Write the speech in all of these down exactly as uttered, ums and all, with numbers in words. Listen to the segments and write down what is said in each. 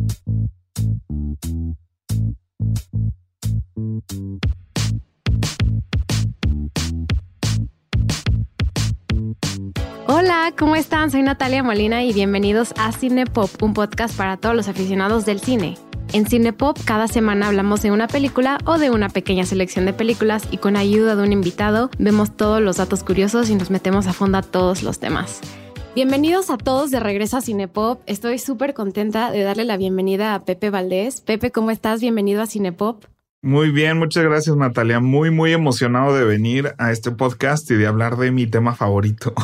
Hola, ¿cómo están? Soy Natalia Molina y bienvenidos a Cinepop, un podcast para todos los aficionados del cine. En Cinepop, cada semana hablamos de una película o de una pequeña selección de películas y con ayuda de un invitado vemos todos los datos curiosos y nos metemos a fondo a todos los temas. Bienvenidos a todos de regreso a Cinepop. Estoy súper contenta de darle la bienvenida a Pepe Valdés. Pepe, ¿cómo estás? Bienvenido a Cinepop. Muy bien, muchas gracias, Natalia. Muy, muy emocionado de venir a este podcast y de hablar de mi tema favorito.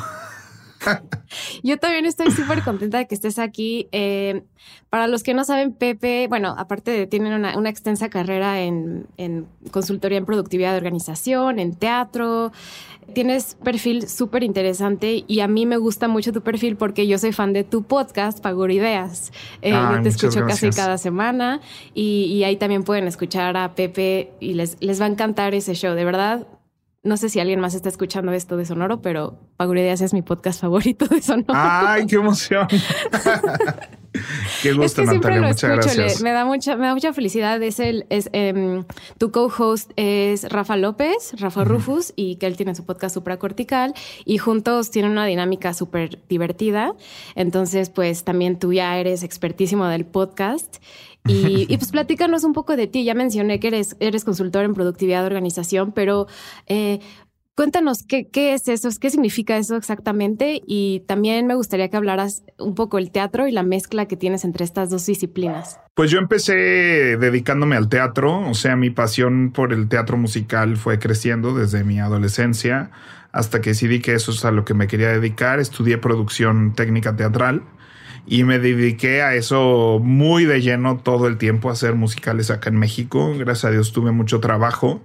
Yo también estoy súper contenta de que estés aquí. Eh, para los que no saben, Pepe, bueno, aparte de tienen una, una extensa carrera en, en consultoría en productividad de organización, en teatro. Tienes perfil súper interesante y a mí me gusta mucho tu perfil porque yo soy fan de tu podcast, Paguro Ideas. Eh, Ay, yo te escucho gracias. casi cada semana y, y ahí también pueden escuchar a Pepe y les, les va a encantar ese show, de verdad. No sé si alguien más está escuchando esto de Sonoro, pero Paguro Ideas es mi podcast favorito de Sonoro. ¡Ay, qué emoción! Qué gusto, es que siempre Natalia, lo muchas escucho, gracias. Le, me da mucha, me da mucha felicidad. Es el, es um, tu co-host es Rafa López, Rafa uh-huh. Rufus, y que él tiene su podcast Supracortical y juntos tienen una dinámica súper divertida. Entonces, pues también tú ya eres expertísimo del podcast. Y, y pues platícanos un poco de ti. Ya mencioné que eres, eres consultor en productividad de organización, pero eh, cuéntanos qué, qué es eso, qué significa eso exactamente. Y también me gustaría que hablaras un poco del teatro y la mezcla que tienes entre estas dos disciplinas. Pues yo empecé dedicándome al teatro, o sea, mi pasión por el teatro musical fue creciendo desde mi adolescencia hasta que decidí que eso es a lo que me quería dedicar. Estudié producción técnica teatral. Y me dediqué a eso muy de lleno todo el tiempo, a hacer musicales acá en México. Gracias a Dios tuve mucho trabajo.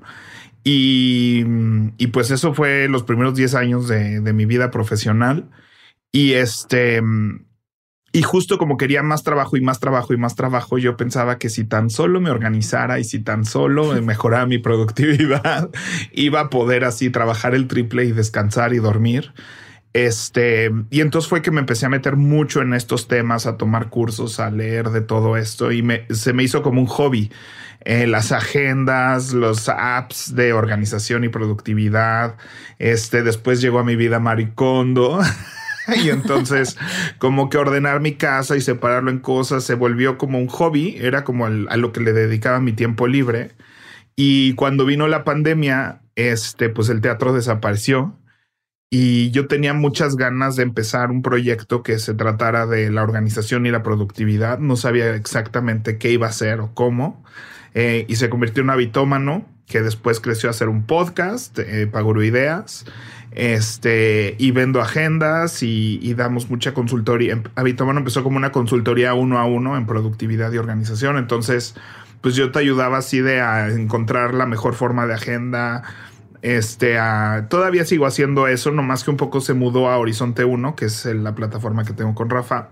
Y, y pues eso fue los primeros diez años de, de mi vida profesional. Y este... Y justo como quería más trabajo y más trabajo y más trabajo, yo pensaba que si tan solo me organizara y si tan solo mejorara mi productividad, iba a poder así trabajar el triple y descansar y dormir. Este, y entonces fue que me empecé a meter mucho en estos temas, a tomar cursos, a leer de todo esto y me, se me hizo como un hobby. Eh, las agendas, los apps de organización y productividad. Este, después llegó a mi vida Marie Kondo. Y entonces como que ordenar mi casa y separarlo en cosas se volvió como un hobby. Era como el, a lo que le dedicaba mi tiempo libre. Y cuando vino la pandemia, este, pues el teatro desapareció. Y yo tenía muchas ganas de empezar un proyecto que se tratara de la organización y la productividad. No sabía exactamente qué iba a hacer o cómo. Eh, y se convirtió en Habitómano, que después creció a ser un podcast, eh, Paguro Ideas. Este, y vendo agendas y, y damos mucha consultoría. Habitómano empezó como una consultoría uno a uno en productividad y organización. Entonces, pues yo te ayudaba así de a encontrar la mejor forma de agenda. Este, uh, todavía sigo haciendo eso, nomás que un poco se mudó a Horizonte uno, que es la plataforma que tengo con Rafa.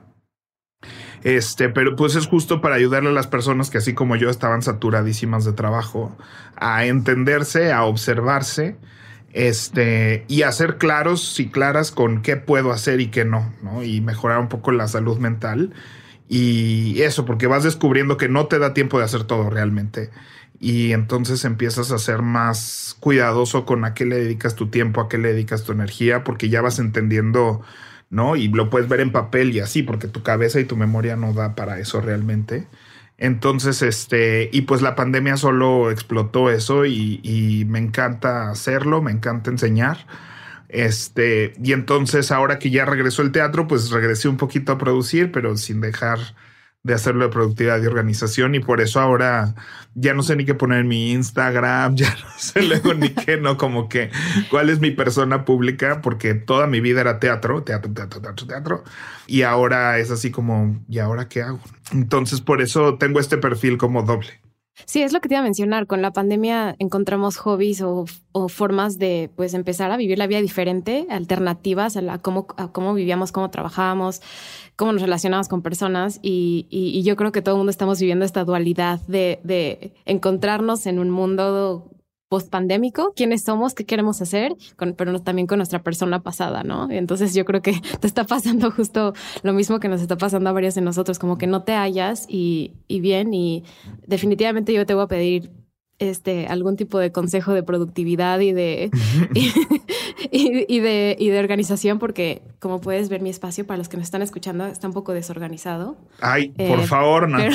Este, pero pues es justo para ayudarle a las personas que así como yo estaban saturadísimas de trabajo a entenderse, a observarse, este, y a ser claros y claras con qué puedo hacer y qué no, ¿no? Y mejorar un poco la salud mental. Y eso, porque vas descubriendo que no te da tiempo de hacer todo realmente. Y entonces empiezas a ser más cuidadoso con a qué le dedicas tu tiempo, a qué le dedicas tu energía, porque ya vas entendiendo, ¿no? Y lo puedes ver en papel y así, porque tu cabeza y tu memoria no da para eso realmente. Entonces, este, y pues la pandemia solo explotó eso y, y me encanta hacerlo, me encanta enseñar. Este, y entonces ahora que ya regresó el teatro, pues regresé un poquito a producir, pero sin dejar de hacerlo de productividad y organización. Y por eso ahora ya no sé ni qué poner en mi Instagram, ya no sé luego ni qué, no, como que cuál es mi persona pública, porque toda mi vida era teatro, teatro, teatro, teatro, teatro. Y ahora es así como, ¿y ahora qué hago? Entonces por eso tengo este perfil como doble. Sí, es lo que te iba a mencionar. Con la pandemia encontramos hobbies o, o formas de pues empezar a vivir la vida diferente, alternativas a, la, a, cómo, a cómo vivíamos, cómo trabajábamos, cómo nos relacionábamos con personas. Y, y, y yo creo que todo el mundo estamos viviendo esta dualidad de, de encontrarnos en un mundo post-pandémico, quiénes somos, qué queremos hacer, con, pero también con nuestra persona pasada, ¿no? Entonces yo creo que te está pasando justo lo mismo que nos está pasando a varios de nosotros, como que no te hallas y, y bien, y definitivamente yo te voy a pedir este algún tipo de consejo de productividad y de y, y, y de y de organización, porque como puedes ver, mi espacio, para los que nos están escuchando, está un poco desorganizado. Ay, eh, por favor, Natalia.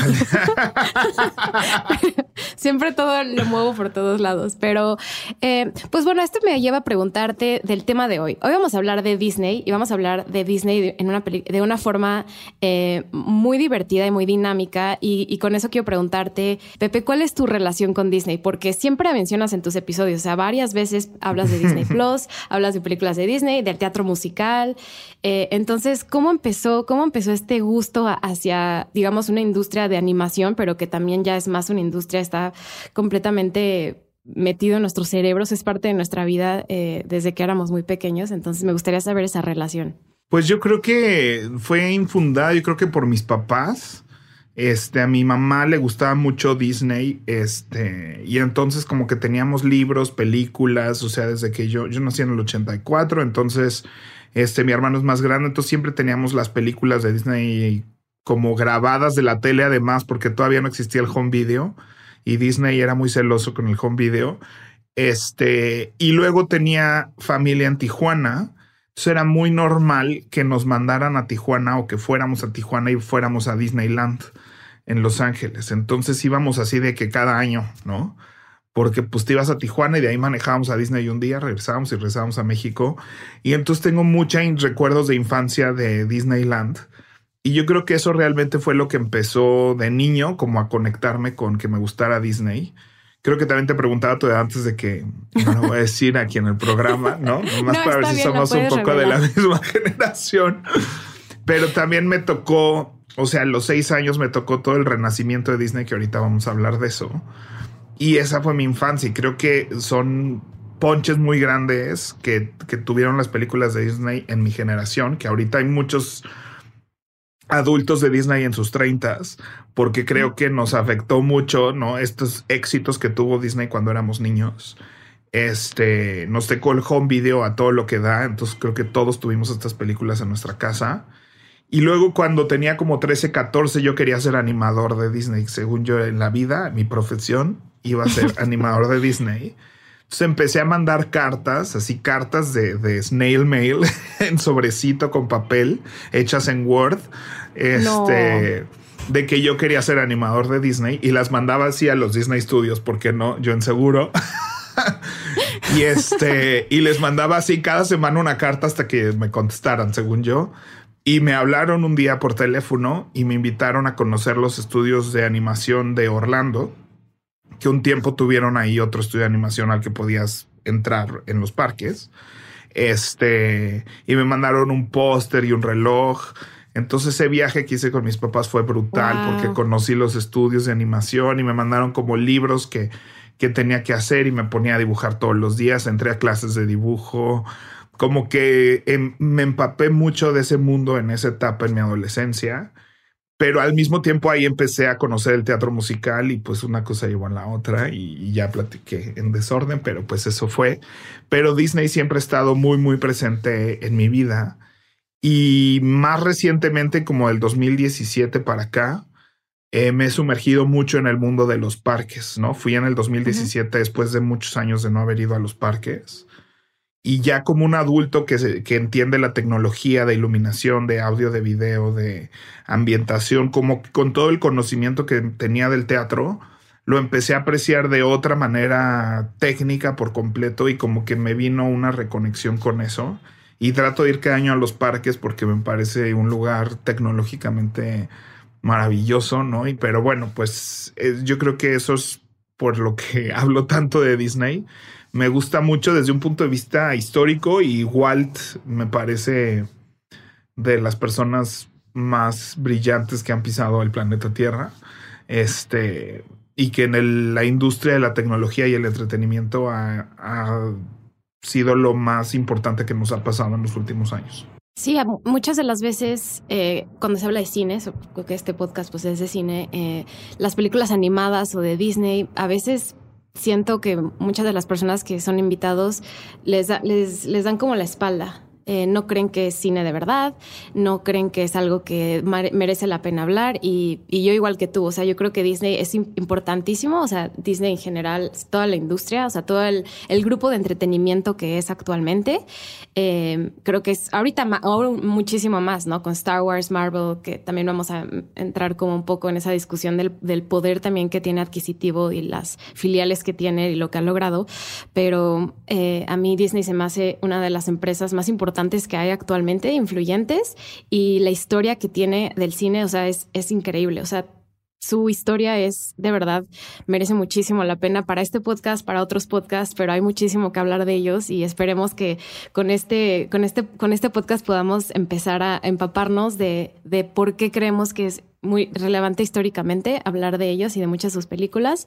Pero, siempre todo lo muevo por todos lados, pero eh, pues bueno, esto me lleva a preguntarte del tema de hoy. Hoy vamos a hablar de Disney y vamos a hablar de Disney en una peli- de una forma eh, muy divertida y muy dinámica, y, y con eso quiero preguntarte, Pepe, ¿cuál es tu relación con Disney? Porque siempre mencionas en tus episodios, o sea, varias veces hablas de Disney Plus, hablas de películas de Disney, del teatro musical. Eh, entonces, ¿cómo empezó, cómo empezó este gusto hacia, digamos, una industria de animación, pero que también ya es más una industria, está completamente metido en nuestros cerebros, es parte de nuestra vida eh, desde que éramos muy pequeños? Entonces, me gustaría saber esa relación. Pues yo creo que fue infundada, yo creo que por mis papás. Este, a mi mamá le gustaba mucho Disney, este, y entonces como que teníamos libros, películas, o sea, desde que yo, yo nací en el ochenta y cuatro, entonces, este, mi hermano es más grande, entonces siempre teníamos las películas de Disney como grabadas de la tele, además, porque todavía no existía el home video, y Disney era muy celoso con el home video, este, y luego tenía familia en Tijuana. Entonces era muy normal que nos mandaran a Tijuana o que fuéramos a Tijuana y fuéramos a Disneyland en Los Ángeles. Entonces íbamos así de que cada año, ¿no? Porque pues te ibas a Tijuana y de ahí manejábamos a Disney un día, regresábamos y regresábamos a México. Y entonces tengo muchos recuerdos de infancia de Disneyland. Y yo creo que eso realmente fue lo que empezó de niño, como a conectarme con que me gustara Disney. Creo que también te preguntaba tú antes de que no lo voy a decir aquí en el programa, ¿no? Nomás no, para ver si bien, somos un poco revelar. de la misma generación. Pero también me tocó, o sea, a los seis años me tocó todo el renacimiento de Disney, que ahorita vamos a hablar de eso. Y esa fue mi infancia. Y creo que son ponches muy grandes que, que tuvieron las películas de Disney en mi generación, que ahorita hay muchos adultos de Disney en sus treintas, porque creo que nos afectó mucho, ¿no? Estos éxitos que tuvo Disney cuando éramos niños. Este, nos tocó el home video a todo lo que da, entonces creo que todos tuvimos estas películas en nuestra casa. Y luego cuando tenía como trece, catorce, yo quería ser animador de Disney. Según yo en la vida, mi profesión iba a ser animador de Disney. Entonces empecé a mandar cartas, así cartas de, de snail mail en sobrecito con papel, hechas en Word, este, no. de que yo quería ser animador de Disney, y las mandaba así a los Disney Studios, porque no, yo en seguro. y este, y les mandaba así cada semana una carta hasta que me contestaran, según yo. Y me hablaron un día por teléfono y me invitaron a conocer los estudios de animación de Orlando, que un tiempo tuvieron ahí otro estudio de animación al que podías entrar en los parques. Este, y me mandaron un póster y un reloj. Entonces ese viaje que hice con mis papás fue brutal, wow, porque conocí los estudios de animación y me mandaron como libros que, que tenía que hacer y me ponía a dibujar todos los días. Entré a clases de dibujo. Como que em, me empapé mucho de ese mundo en esa etapa en mi adolescencia. Pero al mismo tiempo ahí empecé a conocer el teatro musical y pues una cosa llevó a la otra y, y ya platiqué en desorden, pero pues eso fue. Pero Disney siempre ha estado muy, muy presente en mi vida. Y más recientemente, como del dos mil diecisiete para acá, eh, me he sumergido mucho en el mundo de los parques, ¿no? Fui en el dos mil diecisiete, uh-huh, después de muchos años de no haber ido a los parques. Y ya como un adulto que, se, que entiende la tecnología de iluminación, de audio, de video, de ambientación, como con todo el conocimiento que tenía del teatro, lo empecé a apreciar de otra manera técnica por completo y como que me vino una reconexión con eso. Y trato de ir cada año a los parques porque me parece un lugar tecnológicamente maravilloso, ¿no? Y, pero bueno, pues eh, yo creo que eso es por lo que hablo tanto de Disney. Me gusta mucho desde un punto de vista histórico y Walt me parece de las personas más brillantes que han pisado el planeta Tierra. Este, y que en el, la industria de la tecnología y el entretenimiento ha, ha sido lo más importante que nos ha pasado en los últimos años. Sí, muchas de las veces eh, cuando se habla de cine, creo que este podcast pues es de cine, eh, las películas animadas o de Disney a veces siento que muchas de las personas que son invitados les, da, les, les dan como la espalda. Eh, no creen que es cine de verdad, no creen que es algo que merece la pena hablar y, y yo igual que tú, o sea, yo creo que Disney es importantísimo, o sea, Disney en general, toda la industria, o sea, todo el, el grupo de entretenimiento que es actualmente, eh, creo que es ahorita ma- ahora muchísimo más, ¿no? Con Star Wars, Marvel, que también vamos a entrar como un poco en esa discusión del, del poder también que tiene adquisitivo y las filiales que tiene y lo que ha logrado, pero eh, a mí Disney se me hace una de las empresas más importantes que hay actualmente, influyentes, y la historia que tiene del cine, o sea, es, es increíble. O sea, su historia es, de verdad, merece muchísimo la pena para este podcast, para otros podcasts, pero hay muchísimo que hablar de ellos y esperemos que con este, con este, con este podcast podamos empezar a empaparnos de, de por qué creemos que es muy relevante históricamente hablar de ellos y de muchas de sus películas.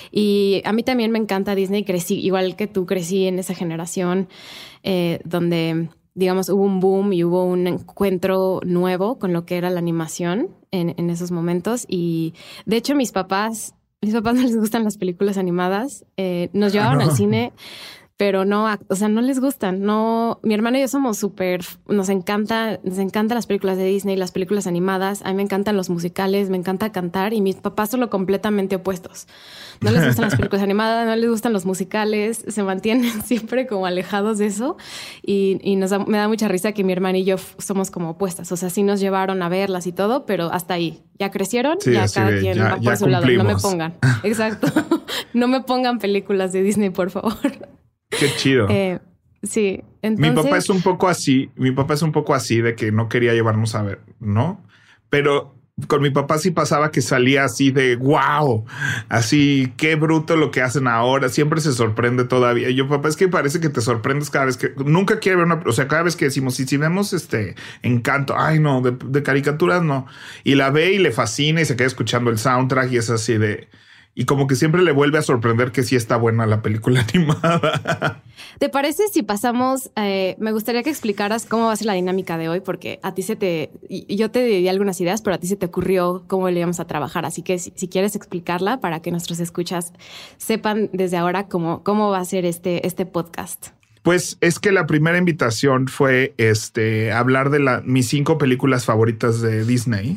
Y a mí también me encanta Disney, crecí, igual que tú, crecí en esa generación eh, donde, digamos, hubo un boom y hubo un encuentro nuevo con lo que era la animación en, en esos momentos. Y de hecho, mis papás, mis papás no les gustan las películas animadas. Eh, nos llevaban ah, no. al cine, pero no, o sea, no les gustan. No, mi hermano y yo somos súper, nos encanta, nos encantan las películas de Disney, las películas animadas. A mí me encantan los musicales, me encanta cantar y mis papás son lo completamente opuestos. No les gustan las películas animadas, no les gustan los musicales, se mantienen siempre como alejados de eso y, y nos da, me da mucha risa que mi hermana y yo somos como opuestas. O sea, sí nos llevaron a verlas y todo, pero hasta ahí. Ya crecieron, sí, ya cada quien ya, va por su lado. No me pongan. Exacto. No me pongan películas de Disney, por favor. Qué chido. Eh, sí, entonces... Mi papá es un poco así, mi papá es un poco así de que no quería llevarnos a ver, ¿no? Pero con mi papá sí pasaba que salía así de wow, así qué bruto lo que hacen ahora. Siempre se sorprende todavía. Y yo, papá, es que parece que te sorprendes cada vez que nunca quiere ver una, o sea, cada vez que decimos, si, si vemos este Encanto, ay no, de, de caricaturas no. Y la ve y le fascina y se queda escuchando el soundtrack y es así de... Y como que siempre le vuelve a sorprender que sí está buena la película animada. ¿Te parece si pasamos? Eh, me gustaría que explicaras cómo va a ser la dinámica de hoy, porque a ti se te... Yo te di algunas ideas, pero a ti se te ocurrió cómo le íbamos a trabajar. Así que si, si quieres explicarla para que nuestros escuchas sepan desde ahora cómo, cómo va a ser este, este podcast. Pues es que la primera invitación fue este, hablar de la, mis cinco películas favoritas de Disney.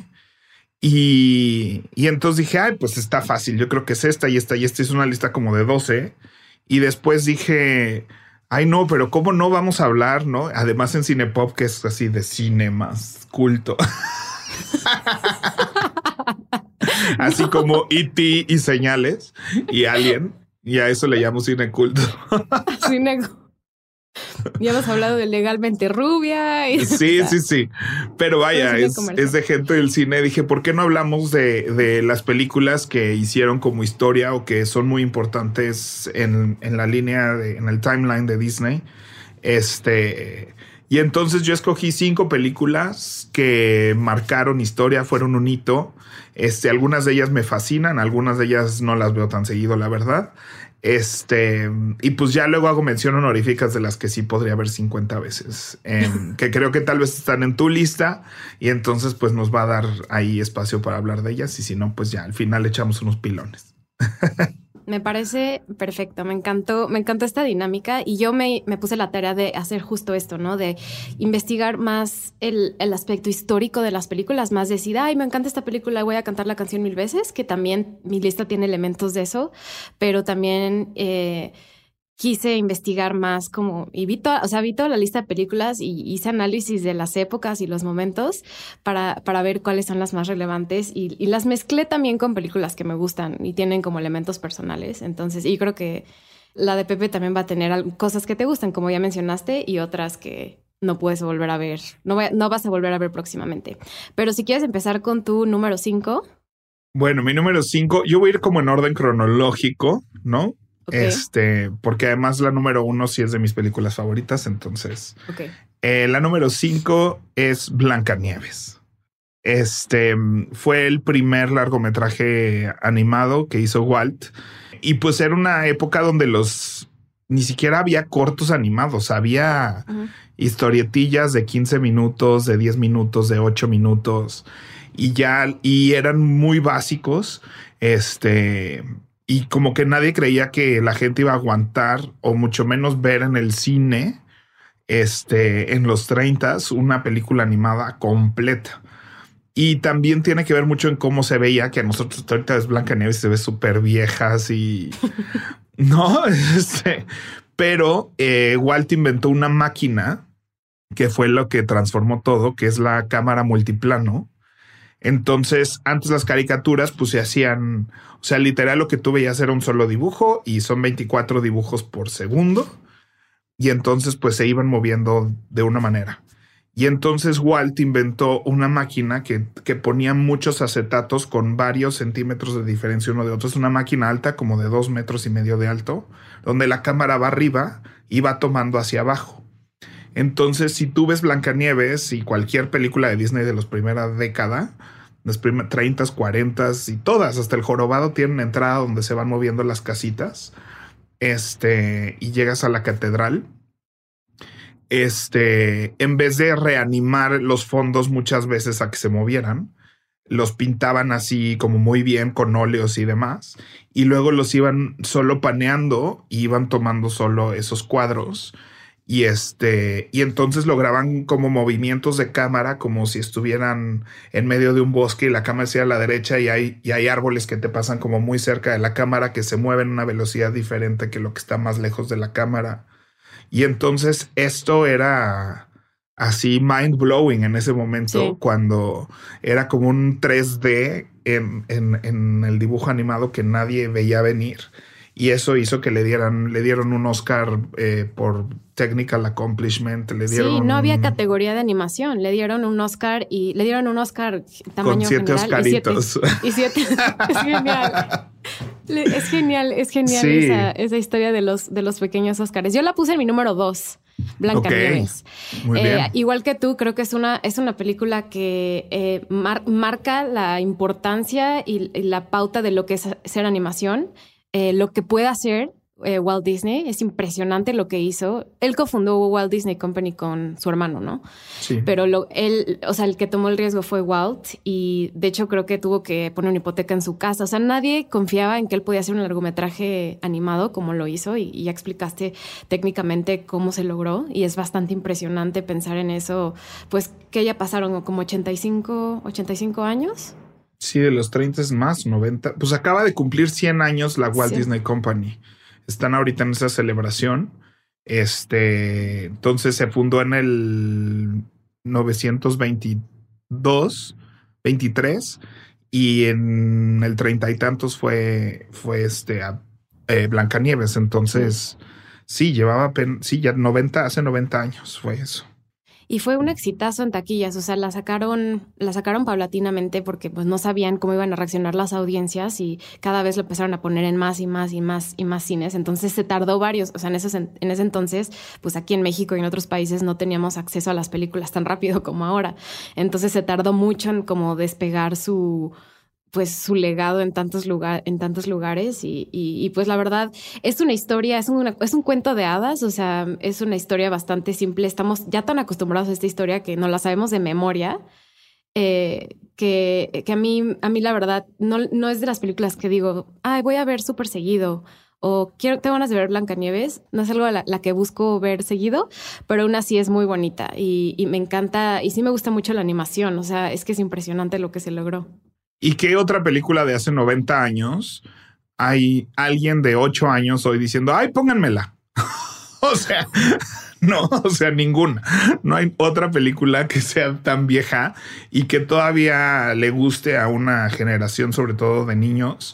Y, y entonces dije, ay, pues está fácil. Yo creo que es esta y esta y esta. Es una lista como de doce. Y después dije, ay, no, pero ¿cómo no vamos a hablar? ¿No? Además en Cinepop, que es así de cine más culto. Así no. Como E T y Señales y Alien. Y a eso le llamo cine culto. Cine culto. Ya hemos hablado de Legalmente Rubia. Y, sí, o sea, sí, sí. Pero vaya, es, es de gente del cine. Dije, ¿por qué no hablamos de, de las películas que hicieron como historia o que son muy importantes en, en la línea, de, en el timeline de Disney? Este... Y entonces yo escogí cinco películas que marcaron historia, fueron un hito. Este, algunas de ellas me fascinan, algunas de ellas no las veo tan seguido, la verdad. Este, y pues ya luego hago mención honoríficas de las que sí podría ver cincuenta veces, eh, que creo que tal vez están en tu lista y entonces pues nos va a dar ahí espacio para hablar de ellas y si no, pues ya al final echamos unos pilones. Me parece perfecto, me encantó, me encantó esta dinámica y yo me, me puse la tarea de hacer justo esto, ¿no? De investigar más el, el aspecto histórico de las películas, más decir, ay, me encanta esta película, voy a cantar la canción mil veces, que también mi lista tiene elementos de eso, pero también eh, quise investigar más como, y vi toda, o sea, vi toda la lista de películas y hice análisis de las épocas y los momentos para, para ver cuáles son las más relevantes y, y las mezclé también con películas que me gustan y tienen como elementos personales. Entonces, y creo que la de Pepe también va a tener cosas que te gustan, como ya mencionaste, y otras que no puedes volver a ver, no, voy, no vas a volver a ver próximamente. Pero si quieres empezar con tu número cinco. Bueno, mi número cinco, yo voy a ir como en orden cronológico, ¿no? Okay. Este, porque además la número uno sí es de mis películas favoritas, entonces. Okay. Eh, la número cinco es Blancanieves. Este fue el primer largometraje animado que hizo Walt. Y pues era una época donde los ni siquiera había cortos animados, había uh-huh. historietillas de quince minutos, de diez minutos, de ocho minutos y ya, y eran muy básicos. Este. y como que nadie creía que la gente iba a aguantar o mucho menos ver en el cine este, en los treintas una película animada completa. Y también tiene que ver mucho en cómo se veía, que a nosotros ahorita es Blancanieves, se ve súper viejas y... no, este, pero eh, Walt inventó una máquina que fue lo que transformó todo, que es la cámara multiplano. Entonces, antes las caricaturas pues se hacían, o sea, literal lo que tú veías era un solo dibujo y son veinticuatro dibujos por segundo. Y entonces pues se iban moviendo de una manera. Y entonces Walt inventó una máquina que, que ponía muchos acetatos con varios centímetros de diferencia uno de otro. Es una máquina alta, como de dos metros y medio de alto, donde la cámara va arriba y va tomando hacia abajo. Entonces, si tú ves Blancanieves y cualquier película de Disney de la primera década, las primeras treinta, cuarenta y todas, hasta El Jorobado, tienen una entrada donde se van moviendo las casitas. Este, y llegas a la catedral. Este, en vez de reanimar los fondos muchas veces a que se movieran, los pintaban así como muy bien con óleos y demás, y luego los iban solo paneando y iban tomando solo esos cuadros. Y este, y entonces lograban como movimientos de cámara, como si estuvieran en medio de un bosque y la cámara sea a la derecha y hay, y hay árboles que te pasan como muy cerca de la cámara que se mueven a una velocidad diferente que lo que está más lejos de la cámara. Y entonces esto era así mind blowing en ese momento, sí, cuando era como un tres D en, en, en el dibujo animado que nadie veía venir. Y eso hizo que le dieran, le dieron un Oscar eh, por Technical Accomplishment. Le dieron sí, no había categoría de animación. Le dieron un Oscar y le dieron un Oscar tamaño con siete general. Oscaritos. Y siete, y siete es genial. Es genial, es genial sí. esa, esa historia de los, de los pequeños Oscars. Yo la puse en mi número dos, Blancanieves. Okay. Muy bien. Eh, igual que tú, creo que es una, es una película que eh, mar, marca la importancia y, y la pauta de lo que es ser animación. Eh, lo que puede hacer eh, Walt Disney es impresionante lo que hizo. Él cofundó Walt Disney Company con su hermano, ¿no? Sí. Pero lo, él, o sea, el que tomó el riesgo fue Walt y de hecho creo que tuvo que poner una hipoteca en su casa. O sea, nadie confiaba en que él podía hacer un largometraje animado como lo hizo y, y ya explicaste técnicamente cómo se logró y es bastante impresionante pensar en eso. Pues que ya pasaron como ochenta y cinco años. Sí, de los treinta más, noventa. Pues acaba de cumplir cien años la Walt sí. Disney Company. Están ahorita en esa celebración. Este, entonces se fundó en el novecientos veintidós, veintitrés y en el treinta y tantos fue, fue este a, eh, Blancanieves. Entonces sí, llevaba, pen, sí, ya noventa, hace noventa años fue eso. Y fue un exitazo en taquillas, o sea, la sacaron, la sacaron paulatinamente porque pues no sabían cómo iban a reaccionar las audiencias y cada vez lo empezaron a poner en más y más y más y más cines. Entonces se tardó varios, o sea, en ese, en ese entonces, pues aquí en México y en otros países no teníamos acceso a las películas tan rápido como ahora. Entonces se tardó mucho en como despegar su... pues su legado en tantos lugares, en tantos lugares y, y, y pues la verdad es una historia, es, una, es un cuento de hadas, o sea, es una historia bastante simple. Estamos ya tan acostumbrados a esta historia que no la sabemos de memoria, eh, que, que a mí, a mí la verdad no, no es de las películas que digo, ay, voy a ver súper seguido o quiero, tengo ganas de ver Blancanieves. No es algo la, la que busco ver seguido, pero aún así es muy bonita y, y me encanta y sí me gusta mucho la animación, o sea, es que es impresionante lo que se logró. ¿Y qué otra película de hace noventa años hay alguien de ocho años hoy diciendo, ay, pónganmela? O sea, no, o sea, ninguna. No hay otra película que sea tan vieja y que todavía le guste a una generación, sobre todo de niños.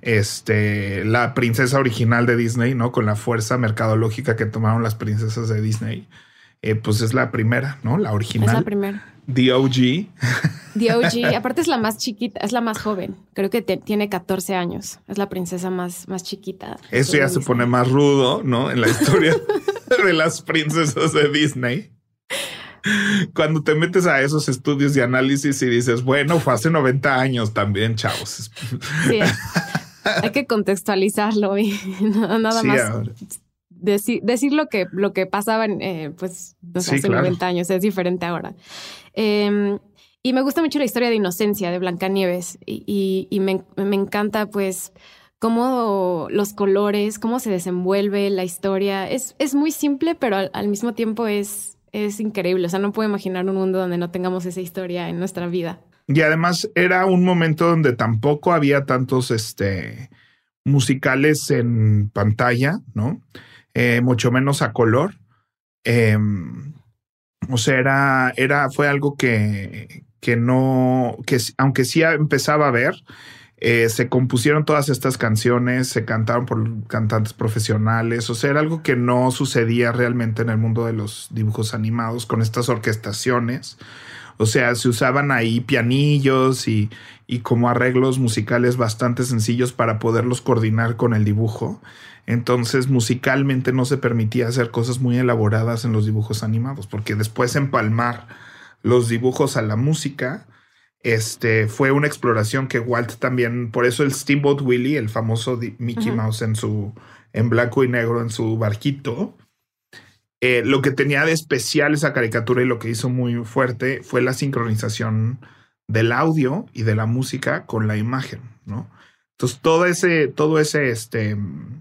Este, la princesa original de Disney, ¿no? Con la fuerza mercadológica que tomaron las princesas de Disney. Eh, pues es la primera, ¿no? La original. Es la primera. The O G. The O G. Aparte es la más chiquita, es la más joven. Creo que te, tiene catorce años. Es la princesa más, más chiquita. Eso ya se pone más rudo, ¿no? En la historia de las princesas de Disney. Cuando te metes a esos estudios de análisis y dices, bueno, fue hace noventa años también, chavos. Sí, hay que contextualizarlo y nada sí, más... Ahora. Decir, decir lo que, lo que pasaba en, eh, pues, no sé, sí, hace claro. noventa años, es diferente ahora. Eh, y me gusta mucho la historia de inocencia de Blancanieves y, y, y me, me encanta, pues, cómo los colores, cómo se desenvuelve la historia. Es, es muy simple, pero al, al mismo tiempo es, es increíble. O sea, no puedo imaginar un mundo donde no tengamos esa historia en nuestra vida. Y además era un momento donde tampoco había tantos este, musicales en pantalla, ¿no? Eh, mucho menos a color. Eh, o sea, era, era, fue algo que, que no, que aunque sí empezaba a ver, eh, se compusieron todas estas canciones, se cantaron por cantantes profesionales. O sea, era algo que no sucedía realmente en el mundo de los dibujos animados con estas orquestaciones. O sea, se usaban ahí pianillos y, y como arreglos musicales bastante sencillos para poderlos coordinar con el dibujo. Entonces, musicalmente no se permitía hacer cosas muy elaboradas en los dibujos animados, porque después empalmar los dibujos a la música este, fue una exploración que Walt también, por eso el Steamboat Willie, el famoso Mickey uh-huh. Mouse en su en blanco y negro en su barquito, eh, lo que tenía de especial esa caricatura y lo que hizo muy fuerte fue la sincronización del audio y de la música con la imagen, ¿no? Entonces, todo ese, todo ese, este...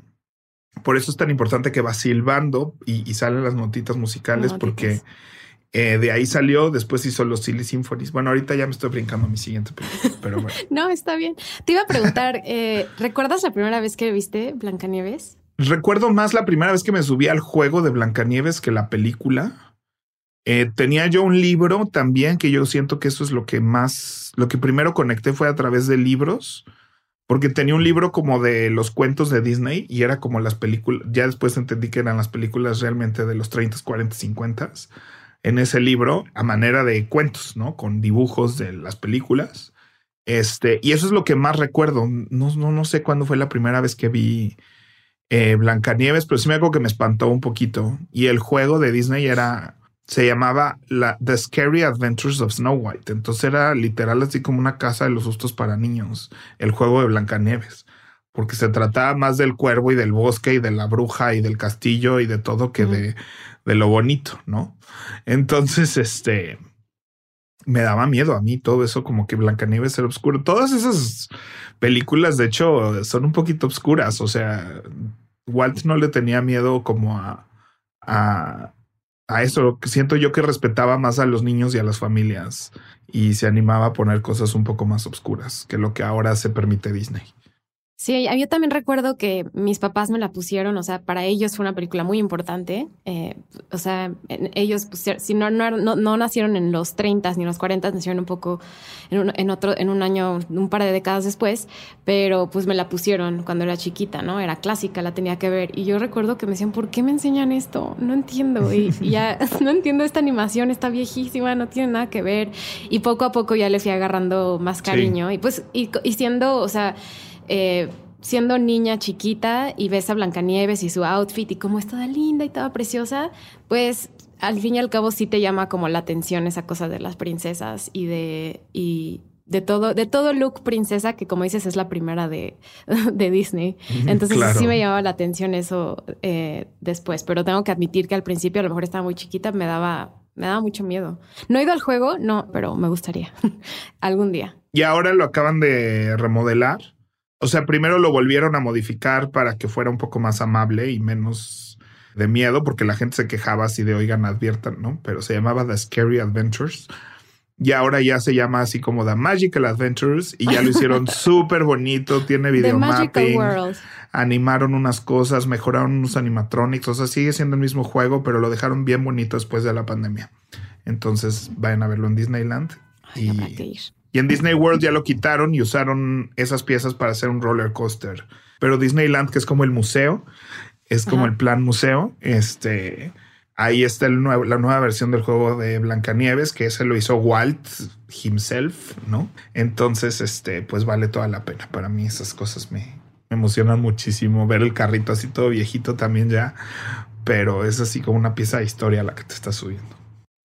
Por eso es tan importante que va silbando y, y salen las notitas musicales, notitas. Porque eh, de ahí salió, después hizo los Silly Symphonies. Bueno, ahorita ya me estoy brincando a mi siguiente película, pero bueno. No, está bien. Te iba a preguntar, eh, ¿recuerdas la primera vez que viste Blancanieves? Recuerdo más la primera vez que me subí al juego de Blancanieves que la película. Eh, tenía yo un libro también, que yo siento que eso es lo que más, lo que primero conecté fue a través de libros. Porque tenía un libro como de los cuentos de Disney y era como las películas. Ya después entendí que eran las películas realmente de los treinta, cuarenta, cincuenta en ese libro a manera de cuentos, ¿no? Con dibujos de las películas. Este, y eso es lo que más recuerdo. No, no, no sé cuándo fue la primera vez que vi eh, Blancanieves, pero sí me acuerdo que me espantó un poquito. Y el juego de Disney era... Se llamaba la, The Scary Adventures of Snow White. Entonces era literal así como una casa de los sustos para niños. El juego de Blancanieves. Porque se trataba más del cuervo y del bosque y de la bruja y del castillo y de todo que uh-huh. de, de lo bonito, ¿no? Entonces, este... me daba miedo a mí todo eso, como que Blancanieves era oscuro. Todas esas películas, de hecho, son un poquito oscuras. O sea, Walt no le tenía miedo como a... a A eso siento yo que respetaba más a los niños y a las familias y se animaba a poner cosas un poco más oscuras que lo que ahora se permite Disney. Sí, yo también recuerdo que mis papás me la pusieron, o sea, para ellos fue una película muy importante. Eh, o sea, ellos, pues, si no, no, no, no nacieron en los treinta ni en los cuarenta, nacieron un poco en un, en otro, en un año, un par de décadas después, pero pues me la pusieron cuando era chiquita, ¿no? Era clásica, la tenía que ver. Y yo recuerdo que me decían, ¿por qué me enseñan esto? No entiendo. Y, y ya no entiendo esta animación, está viejísima, no tiene nada que ver. Y poco a poco ya le fui agarrando más cariño. Sí. Y pues, y, y siendo, o sea... Eh, siendo niña chiquita y ves a Blancanieves y su outfit y cómo es toda linda y toda preciosa, pues al fin y al cabo sí te llama como la atención esa cosa de las princesas y de y de todo de todo look princesa, que como dices es la primera de, de Disney. Entonces claro. Sí me llamaba la atención eso eh, después, pero tengo que admitir que al principio a lo mejor estaba muy chiquita, me daba me daba mucho miedo. No he ido al juego, no, pero me gustaría algún día. Y ahora lo acaban de remodelar. O sea, primero lo volvieron a modificar para que fuera un poco más amable y menos de miedo, porque la gente se quejaba así de, oigan, adviertan, ¿no? Pero se llamaba The Scary Adventures. Y ahora ya se llama así como The Magical Adventures y ya lo hicieron súper bonito, tiene video mapping, animaron unas cosas, mejoraron unos animatronics, o sea, sigue siendo el mismo juego, pero lo dejaron bien bonito después de la pandemia. Entonces, vayan a verlo en Disneyland. Ay, habrá que ir. Y en Disney World ya lo quitaron y usaron esas piezas para hacer un roller coaster. Pero Disneyland, que es como el museo, es como Ajá. el plan museo. Este, ahí está el nuevo, la nueva versión del juego de Blancanieves, que ese lo hizo Walt himself, ¿no? Entonces, este, pues vale toda la pena. Para mí esas cosas me, me emocionan muchísimo. Ver el carrito así todo viejito también ya. Pero es así como una pieza de historia a la que te estás subiendo.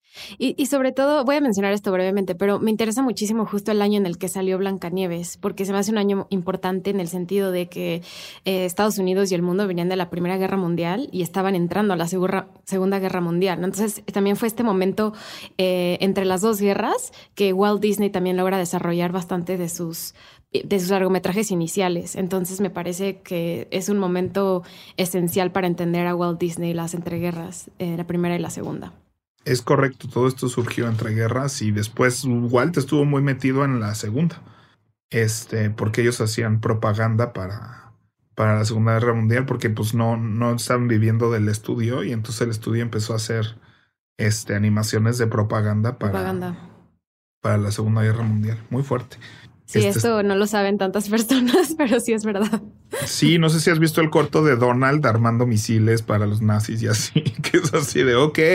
Y, y sobre todo, voy a mencionar esto brevemente, pero me interesa muchísimo justo el año en el que salió Blancanieves, porque se me hace un año importante en el sentido de que eh, Estados Unidos y el mundo venían de la Primera Guerra Mundial y estaban entrando a la segura, Segunda Guerra Mundial, ¿no? Entonces también fue este momento eh, entre las dos guerras que Walt Disney también logra desarrollar bastante de sus de sus largometrajes iniciales. Entonces me parece que es un momento esencial para entender a Walt Disney las entreguerras, eh, la primera y la segunda. Es correcto, todo esto surgió entre guerras y después Walt estuvo muy metido en la segunda, este, porque ellos hacían propaganda para, para la Segunda Guerra Mundial, porque pues no, no estaban viviendo del estudio y entonces el estudio empezó a hacer este, animaciones de propaganda para, propaganda para la Segunda Guerra Mundial. Muy fuerte. Sí, este, esto no lo saben tantas personas, pero sí es verdad. Sí, no sé si has visto el corto de Donald armando misiles para los nazis y así, que es así de ok.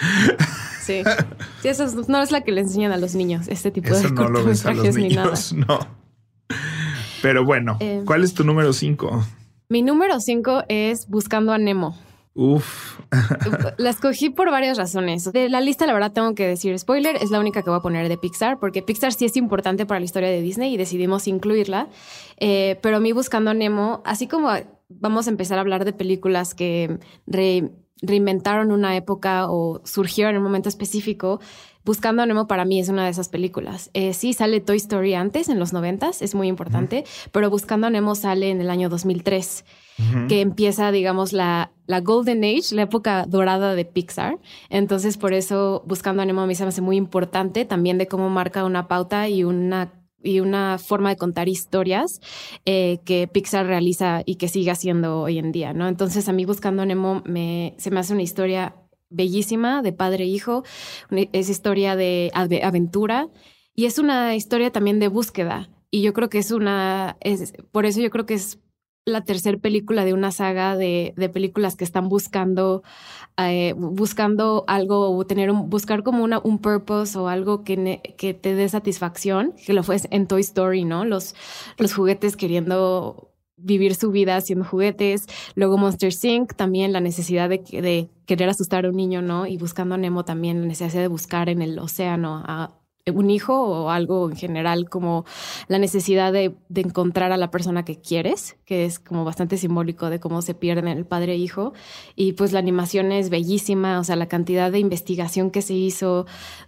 Sí, sí, eso es, no es la que le enseñan a los niños, este tipo eso de no lo ves a los niños, ni nada. No. Pero bueno, eh, ¿cuál es tu número cinco? Mi número cinco es Buscando a Nemo. Uf. La escogí por varias razones. De la lista, la verdad, tengo que decir spoiler, es la única que voy a poner de Pixar, porque Pixar sí es importante para la historia de Disney y decidimos incluirla. Eh, pero a mí Buscando a Nemo, así como vamos a empezar a hablar de películas que re, reinventaron una época o surgieron en un momento específico, Buscando a Nemo para mí es una de esas películas. Eh, sí sale Toy Story antes, en los noventas, es muy importante, uh-huh. pero Buscando a Nemo sale en el año dos mil tres. Uh-huh. Que empieza, digamos, la, la Golden Age, la época dorada de Pixar. Entonces, por eso, Buscando a Nemo a mí se me hace muy importante también de cómo marca una pauta y una, y una forma de contar historias eh, que Pixar realiza y que sigue haciendo hoy en día, ¿no? Entonces, a mí Buscando a Nemo me, se me hace una historia bellísima de padre e hijo. Es historia de aventura y es una historia también de búsqueda. Y yo creo que es una... Es, por eso yo creo que es la tercera película de una saga de, de películas que están buscando eh, buscando algo o tener un, buscar como una, un purpose o algo que, ne, que te dé satisfacción, que lo fue en Toy Story, ¿no? Los, los juguetes queriendo vivir su vida haciendo juguetes. Luego Monsters incorporated también la necesidad de, de querer asustar a un niño, ¿no? Y Buscando a Nemo también la necesidad de buscar en el océano a un hijo o algo en general, como la necesidad de, de encontrar a la persona que quieres, que es como bastante simbólico de cómo se pierden el padre e hijo. Y pues la animación es bellísima, o sea, la cantidad de investigación que se hizo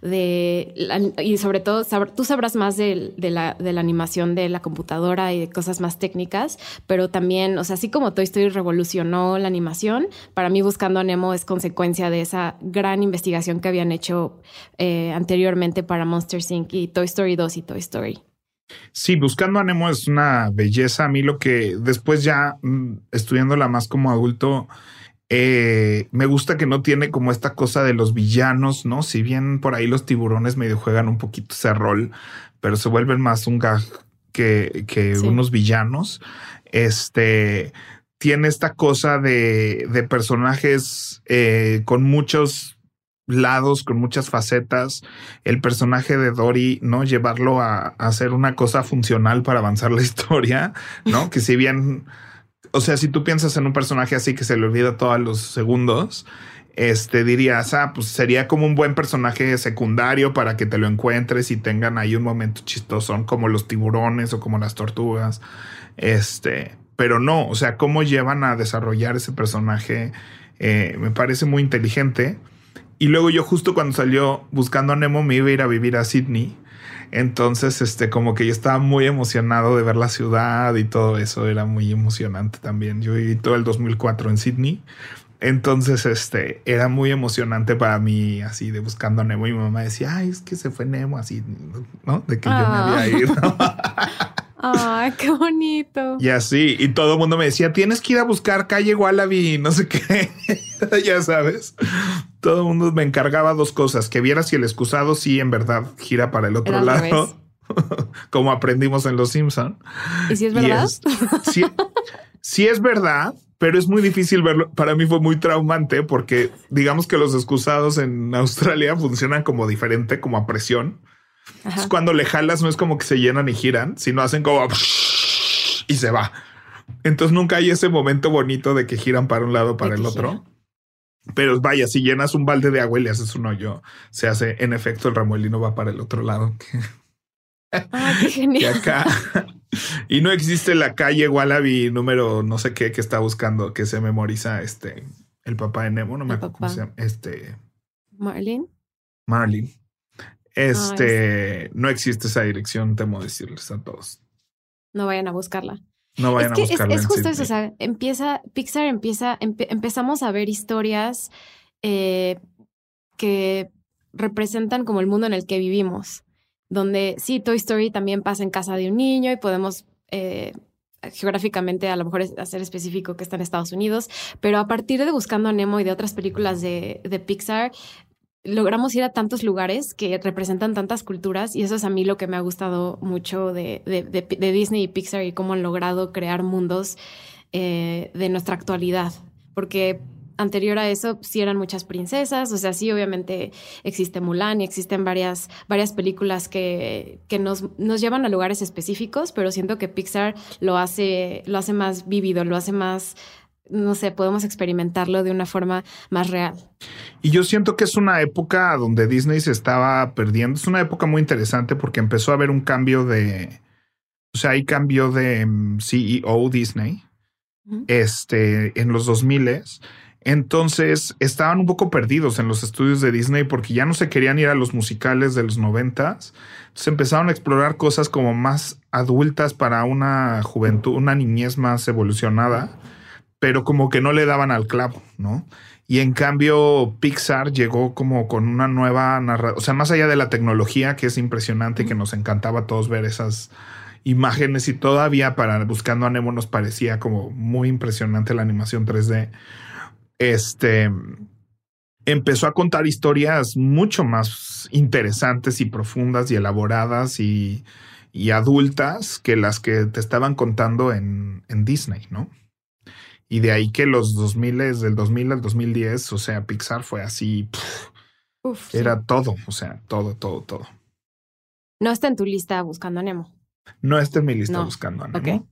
de la, y sobre todo sab, tú sabrás más de, de, la, de la animación de la computadora y de cosas más técnicas, pero también, o sea, así como Toy Story revolucionó la animación, para mí Buscando a Nemo es consecuencia de esa gran investigación que habían hecho eh, anteriormente para Monsters incorporated y Toy Story dos y Toy Story. Sí, Buscando a Nemo es una belleza. A mí lo que después ya estudiándola más como adulto, eh, me gusta que no tiene como esta cosa de los villanos, ¿no? Si bien por ahí los tiburones medio juegan un poquito ese rol, pero se vuelven más un gag que, que sí. unos villanos. Este tiene esta cosa de, de personajes eh, con muchos lados, con muchas facetas. El personaje de Dory, ¿no? Llevarlo a, a hacer una cosa funcional para avanzar la historia, ¿no? Que si bien, o sea, si tú piensas en un personaje así que se le olvida todos los segundos, este dirías, ah, pues sería como un buen personaje secundario para que te lo encuentres y tengan ahí un momento chistoso, como los tiburones o como las tortugas. Este, pero no, o sea, cómo llevan a desarrollar ese personaje eh, me parece muy inteligente. Y luego yo justo cuando salió Buscando a Nemo me iba a ir a vivir a Sydney. Entonces, este, como que yo estaba muy emocionado de ver la ciudad y todo eso. Era muy emocionante también. Yo viví todo el dos mil cuatro en Sydney. Entonces, este, era muy emocionante para mí, así de Buscando a Nemo. Y mi mamá decía, ay, es que se fue Nemo, así, ¿no? De que oh. yo me había ido. ¡Ay, oh, qué bonito! Y así, y todo el mundo me decía, tienes que ir a buscar Calle Wallaby, no sé qué. Ya sabes. Todo el mundo me encargaba dos cosas, que viera si el excusado sí en verdad gira para el otro Era lado, como aprendimos en Los Simpson. ¿Y si es verdad? Es, sí, sí es verdad, pero es muy difícil verlo. Para mí fue muy traumante porque digamos que los excusados en Australia funcionan como diferente, como a presión. Entonces, cuando le jalas no es como que se llenan y giran, sino hacen como y se va. Entonces nunca hay ese momento bonito de que giran para un lado, para el otro. Gira? Pero vaya, si llenas un balde de agua y le haces un hoyo, se hace, en efecto, el remolino va para el otro lado. Ah, qué genial. Y acá, y no existe la calle Wallaby número no sé qué que está buscando, que se memoriza este, el papá de Nemo, no me acuerdo cómo se llama. Este. Marlin. Marlin. Este, ah, no existe esa dirección, temo decirles a todos. No vayan a buscarla. No vayan es que a buscarla. Es, es justo Sydney. eso. O sea, empieza, Pixar empieza, empe, empezamos a ver historias eh, que representan como el mundo en el que vivimos. Donde sí, Toy Story también pasa en casa de un niño y podemos eh, geográficamente a lo mejor hacer específico que está en Estados Unidos, pero a partir de Buscando a Nemo y de otras películas de, de Pixar, logramos ir a tantos lugares que representan tantas culturas y eso es a mí lo que me ha gustado mucho de, de, de, de Disney y Pixar y cómo han logrado crear mundos eh, de nuestra actualidad, porque anterior a eso sí eran muchas princesas, o sea, sí obviamente existe Mulan y existen varias, varias películas que, que nos, nos llevan a lugares específicos, pero siento que Pixar lo hace, lo hace más vívido, lo hace más, no sé, podemos experimentarlo de una forma más real. Y yo siento que es una época donde Disney se estaba perdiendo. Es una época muy interesante porque empezó a haber un cambio de, o sea, hay cambio de um, C E O Disney, uh-huh. este, en los dos miles. Entonces estaban un poco perdidos en los estudios de Disney porque ya no se querían ir a los musicales de los noventas. Entonces empezaron a explorar cosas como más adultas para una juventud, una niñez más evolucionada, pero como que no le daban al clavo, ¿no? Y en cambio Pixar llegó como con una nueva narrativa, o sea, más allá de la tecnología, que es impresionante, que nos encantaba a todos ver esas imágenes y todavía para Buscando a Nemo nos parecía como muy impresionante la animación tres D. Este empezó a contar historias mucho más interesantes y profundas y elaboradas y, y adultas que las que te estaban contando en, en Disney, ¿no? Y de ahí que los dos mil, del dos mil al dos mil diez, o sea, Pixar fue así, pff, Uf, era sí. todo, o sea, todo, todo, todo. No está en tu lista Buscando a Nemo. No está en mi lista no. Buscando a Nemo. Okay.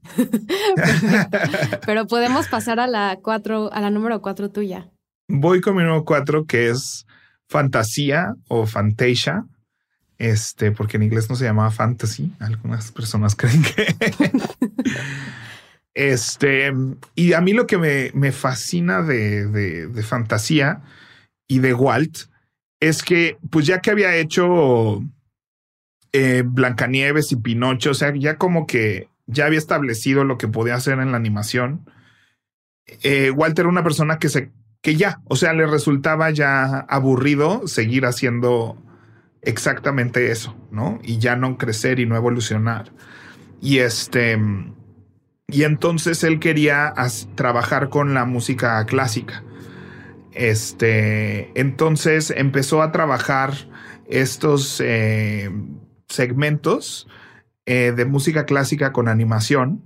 Pero podemos pasar a la cuatro, a la número cuatro tuya. Voy con mi número cuatro, que es Fantasía o Fantasia. Este, porque en inglés no se llamaba Fantasy. Algunas personas creen que. Este, y a mí lo que me, me fascina de, de, de Fantasía y de Walt es que, pues ya que había hecho eh, Blancanieves y Pinocho, o sea, ya como que ya había establecido lo que podía hacer en la animación. Eh, Walt era una persona que se, que ya, o sea, le resultaba ya aburrido seguir haciendo exactamente eso, ¿no? Y ya no crecer y no evolucionar. Y este... Y entonces él quería as- trabajar con la música clásica. Este, entonces empezó a trabajar estos eh, segmentos eh, de música clásica con animación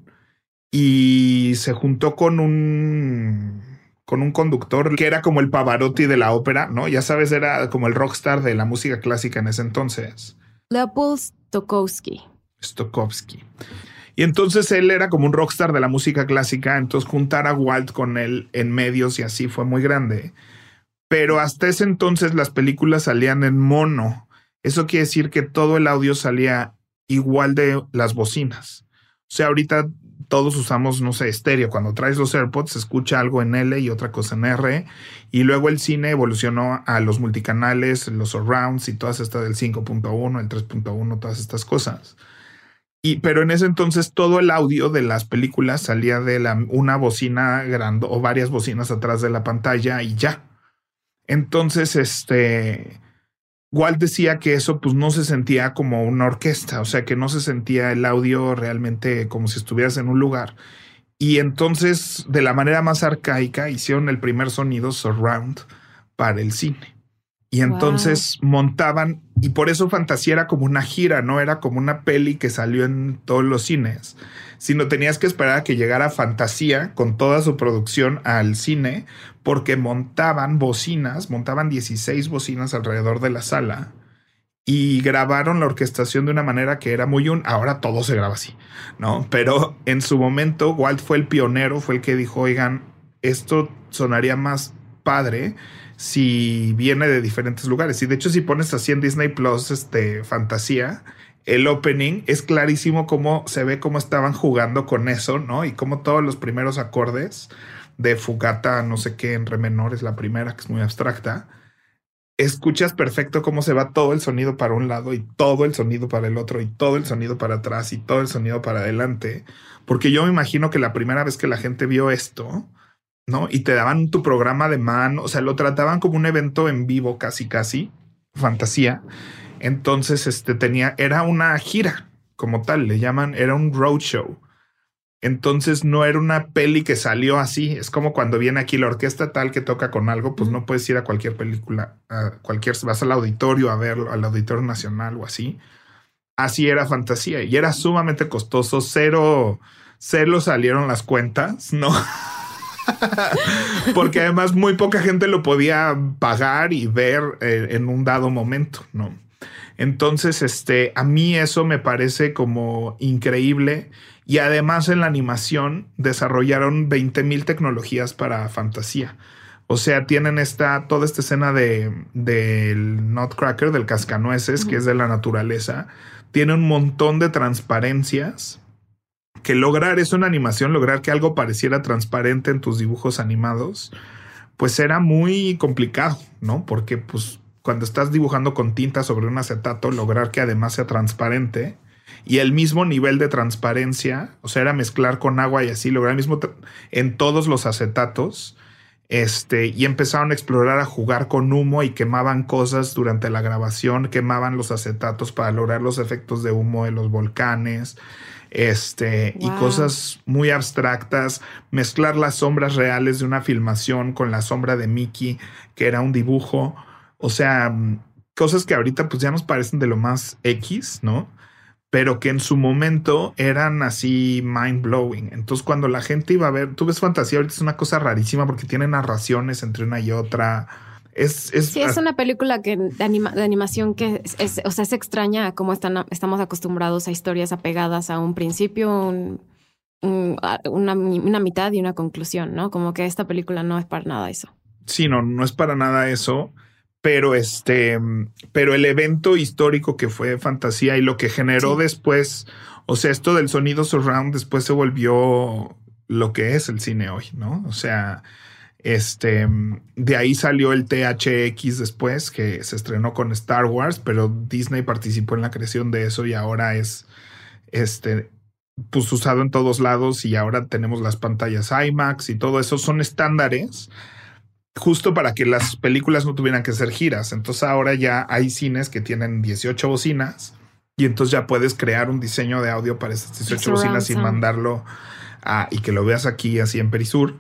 y se juntó con un, con un conductor que era como el Pavarotti de la ópera, ¿no? Ya sabes, era como el rockstar de la música clásica en ese entonces. Leopold Stokowski. Stokowski. Y entonces él era como un rockstar de la música clásica, entonces juntar a Walt con él en medios y así fue muy grande. Pero hasta ese entonces las películas salían en mono. Eso quiere decir que todo el audio salía igual de las bocinas. O sea, ahorita todos usamos, no sé, estéreo. Cuando traes los AirPods se escucha algo en L y otra cosa en R. Y luego el cine evolucionó a los multicanales, los surrounds y todas estas del cinco punto uno, el tres punto uno, todas estas cosas. Y, pero en ese entonces todo el audio de las películas salía de la, una bocina grande o varias bocinas atrás de la pantalla y ya. Entonces, este, Walt decía que eso pues no se sentía como una orquesta, o sea que no se sentía el audio realmente como si estuvieras en un lugar. Y entonces, de la manera más arcaica, hicieron el primer sonido surround para el cine. Y entonces wow. montaban, y por eso Fantasía era como una gira, no era como una peli que salió en todos los cines, sino tenías que esperar a que llegara Fantasía con toda su producción al cine, porque montaban bocinas, montaban dieciséis bocinas alrededor de la sala y grabaron la orquestación de una manera que era muy un... Ahora todo se graba así, ¿no? Pero en su momento Walt fue el pionero, fue el que dijo, oigan, esto sonaría más padre si viene de diferentes lugares. Y de hecho, si pones así en Disney Plus, este, Fantasía, el opening es clarísimo cómo se ve cómo estaban jugando con eso, ¿no? Y cómo todos los primeros acordes de Fugata, no sé qué, en re menor es la primera, que es muy abstracta, escuchas perfecto cómo se va todo el sonido para un lado y todo el sonido para el otro y todo el sonido para atrás y todo el sonido para adelante. Porque yo me imagino que la primera vez que la gente vio esto, ¿no? Y te daban tu programa de mano, o sea, lo trataban como un evento en vivo, casi, casi, fantasía. Entonces, este tenía, era una gira como tal, le llaman, era un roadshow. Entonces no era una peli que salió así. Es como cuando viene aquí la orquesta tal que toca con algo, pues no puedes ir a cualquier película, a cualquier, vas al auditorio a verlo, al Auditorio Nacional o así. Así era Fantasía y era sumamente costoso. Cero, cero salieron las cuentas, ¿no? Porque además muy poca gente lo podía pagar y ver eh, en un dado momento, ¿no? Entonces, este, a mí eso me parece como increíble. Y además en la animación desarrollaron veinte mil tecnologías para Fantasía. O sea, tienen esta, toda esta escena de, del Nutcracker, del cascanueces, uh-huh. que es de la naturaleza. Tiene un montón de transparencias. Que lograr eso en animación, lograr que algo pareciera transparente en tus dibujos animados, pues era muy complicado, ¿no? Porque pues cuando estás dibujando con tinta sobre un acetato, lograr que además sea transparente y el mismo nivel de transparencia, o sea, era mezclar con agua y así, lograr el mismo en todos los acetatos, este, y empezaron a explorar, a jugar con humo y quemaban cosas durante la grabación, quemaban los acetatos para lograr los efectos de humo de los volcanes, este, wow. y cosas muy abstractas, mezclar las sombras reales de una filmación con la sombra de Mickey, que era un dibujo, o sea, cosas que ahorita pues ya nos parecen de lo más X, ¿no? Pero que en su momento eran así mind blowing. Entonces cuando la gente iba a ver, tú ves Fantasía, ahorita es una cosa rarísima porque tiene narraciones entre una y otra. Es, es, sí, es una película que de, anima, de animación que es, es, o sea, es extraña a cómo están, estamos acostumbrados a historias apegadas a un principio, un, un, una, una mitad y una conclusión, ¿no? Como que esta película no es para nada eso. Sí, no, no es para nada eso. Pero este, pero el evento histórico que fue Fantasía y lo que generó sí. después, o sea, esto del sonido surround después se volvió lo que es el cine hoy, ¿no? O sea, este, de ahí salió el T H X después, que se estrenó con Star Wars, pero Disney participó en la creación de eso y ahora es, este, pues usado en todos lados y ahora tenemos las pantallas IMAX y todo eso son estándares. Justo para que las películas no tuvieran que ser giras. Entonces ahora ya hay cines que tienen dieciocho bocinas y entonces ya puedes crear un diseño de audio para esas dieciocho bocinas sin mandarlo a, y que lo veas aquí así en Perisur.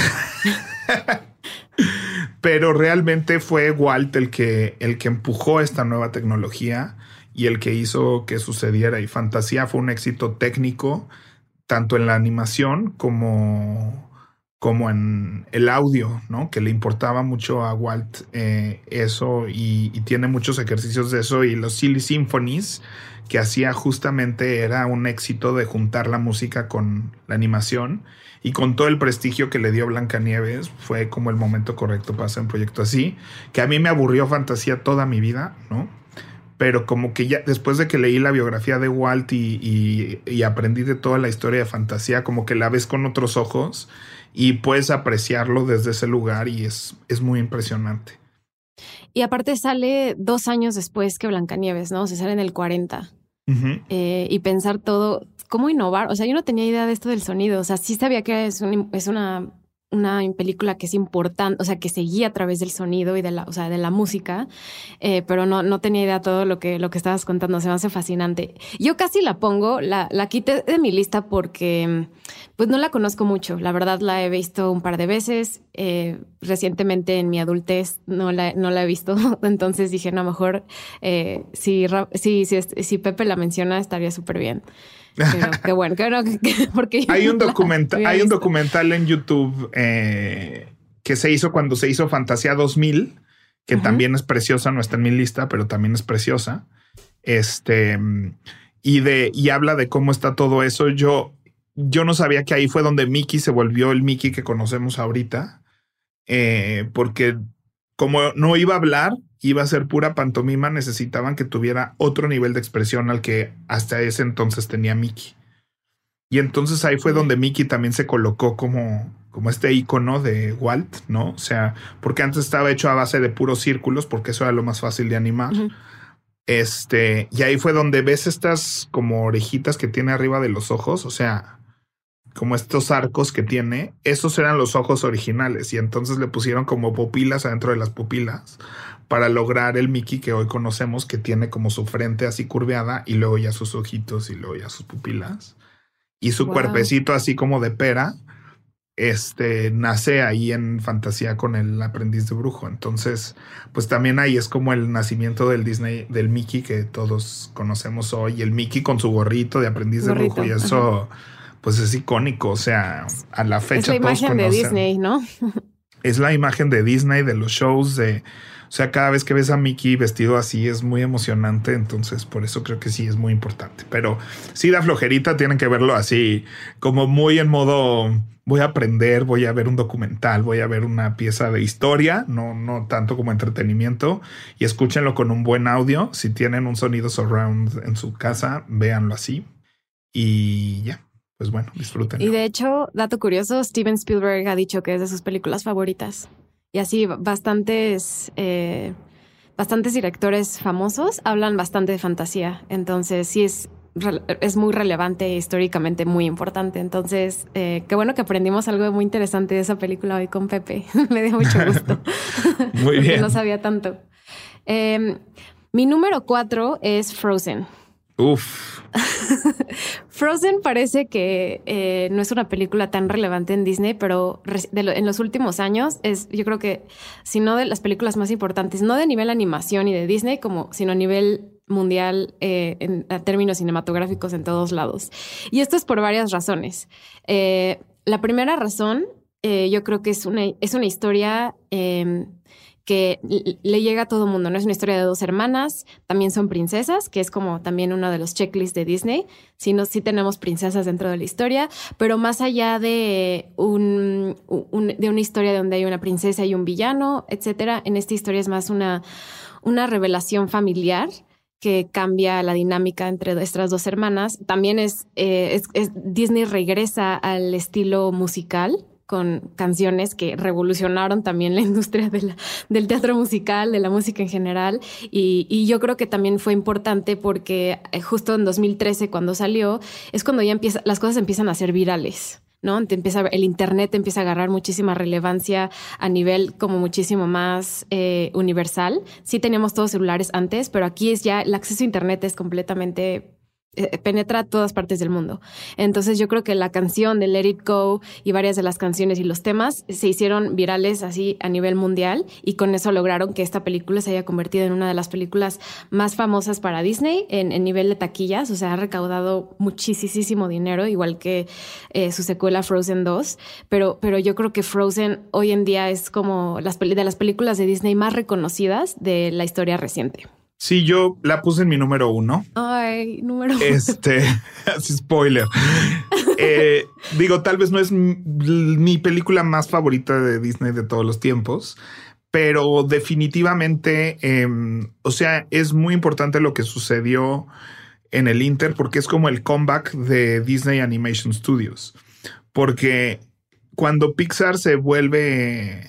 Pero realmente fue Walt el que, el que empujó esta nueva tecnología y el que hizo que sucediera. Y Fantasía fue un éxito técnico, tanto en la animación como... como en el audio, ¿no? Que le importaba mucho a Walt eh, eso y, y tiene muchos ejercicios de eso y los Silly Symphonies que hacía justamente era un éxito de juntar la música con la animación y con todo el prestigio que le dio Blancanieves fue como el momento correcto para hacer un proyecto así, que a mí me aburrió Fantasía toda mi vida, ¿no? Pero como que ya después de que leí la biografía de Walt y, y, y aprendí de toda la historia de Fantasía, como que la ves con otros ojos y puedes apreciarlo desde ese lugar y es, es muy impresionante. Y aparte sale dos años después que Blancanieves, ¿no? O sea, sale en el cuarenta. Uh-huh. Eh, y pensar todo, cómo innovar. O sea, yo no tenía idea de esto del sonido. O sea, sí sabía que es, un, es una... una película que es importante, o sea, que se guía a través del sonido y de la, o sea, de la música, eh, pero no, no tenía idea de todo lo que, lo que estabas contando. Se me hace fascinante. Yo casi la pongo, la, la quité de mi lista porque pues no la conozco mucho. La verdad la he visto un par de veces. Eh, recientemente en mi adultez no la, no la he visto. Entonces dije, no, mejor eh, si, si, si, si Pepe la menciona estaría súper bien. Pero qué bueno, qué bueno, porque hay un documental, hay un documental en YouTube eh, que se hizo cuando se hizo Fantasía dos mil, que uh-huh. también es preciosa, no está en mi lista, pero también es preciosa. Este y de y habla de cómo está todo eso. Yo yo no sabía que ahí fue donde Mickey se volvió el Mickey que conocemos ahorita, eh, porque como no iba a hablar, iba a ser pura pantomima, necesitaban que tuviera otro nivel de expresión al que hasta ese entonces tenía Mickey. Y entonces ahí fue donde Mickey también se colocó como, como este icono de Walt, ¿no? O sea, porque antes estaba hecho a base de puros círculos, porque eso era lo más fácil de animar. Uh-huh. Este, y ahí fue donde ves estas como orejitas que tiene arriba de los ojos, o sea, como estos arcos que tiene, esos eran los ojos originales, y entonces le pusieron como pupilas adentro de las pupilas para lograr el Mickey que hoy conocemos, que tiene como su frente así curveada y luego ya sus ojitos y luego ya sus pupilas. Y su wow. cuerpecito así como de pera, este, nace ahí en fantasía con el aprendiz de brujo. Entonces, pues también ahí es como el nacimiento del Disney, del Mickey que todos conocemos hoy. El Mickey con su gorrito de aprendiz gorrito, de brujo y eso, ajá. pues es icónico. O sea, a la fecha es la todos imagen conocen. de Disney, ¿no? Es la imagen de Disney, de los shows, de... O sea, cada vez que ves a Mickey vestido así es muy emocionante, entonces por eso creo que sí es muy importante. Pero sí da flojerita, tienen que verlo así, como muy en modo voy a aprender, voy a ver un documental, voy a ver una pieza de historia, no, no tanto como entretenimiento, y escúchenlo con un buen audio. Si tienen un sonido surround en su casa, véanlo así y ya. Pues bueno, disfrútenlo. Y de hecho, dato curioso, Steven Spielberg ha dicho que es de sus películas favoritas. Y así bastantes, eh, bastantes directores famosos hablan bastante de fantasía. Entonces sí es, es muy relevante e históricamente muy importante. Entonces, eh, qué bueno que aprendimos algo muy interesante de esa película hoy con Pepe. Me dio mucho gusto. Muy bien. No sabía tanto. Eh, mi número cuatro es Frozen. Uf. Frozen parece que eh, no es una película tan relevante en Disney, pero de lo, en los últimos años es, yo creo que, si no de las películas más importantes, no de nivel animación y de Disney, como, sino a nivel mundial eh, en a términos cinematográficos en todos lados. Y esto es por varias razones. Eh, la primera razón, eh, yo creo que es una, es una historia... Eh, que le llega a todo mundo, ¿no? Es una historia de dos hermanas, también son princesas, que es como también uno de los checklists de Disney. Sí, no, sí tenemos princesas dentro de la historia, pero más allá de, un, un, de una historia donde hay una princesa y un villano, etcétera, en esta historia es más una, una revelación familiar que cambia la dinámica entre estas dos hermanas. También es, eh, es, es Disney regresa al estilo musical, con canciones que revolucionaron también la industria de la, del teatro musical, de la música en general. Y, y yo creo que también fue importante porque justo en dos mil trece, cuando salió, es cuando ya empieza, las cosas empiezan a ser virales, ¿no? Te empieza, el internet empieza a agarrar muchísima relevancia a nivel como muchísimo más eh, universal. Sí teníamos todos celulares antes, pero aquí es ya, el acceso a internet es completamente... penetra a todas partes del mundo. Entonces yo creo que la canción de Let It Go y varias de las canciones y los temas se hicieron virales así a nivel mundial, y con eso lograron que esta película se haya convertido en una de las películas más famosas para Disney en, en nivel de taquillas. O sea, ha recaudado muchísimo dinero, igual que eh, su secuela Frozen dos, pero, pero yo creo que Frozen hoy en día es como las peli- de las películas de Disney más reconocidas de la historia reciente. Sí, yo la puse en mi número uno. Ay, número uno. Este, así spoiler. eh, digo, tal vez no es mi, mi película más favorita de Disney de todos los tiempos, pero definitivamente, eh, o sea, es muy importante lo que sucedió en el Inter, porque es como el comeback de Disney Animation Studios. Porque cuando Pixar se vuelve...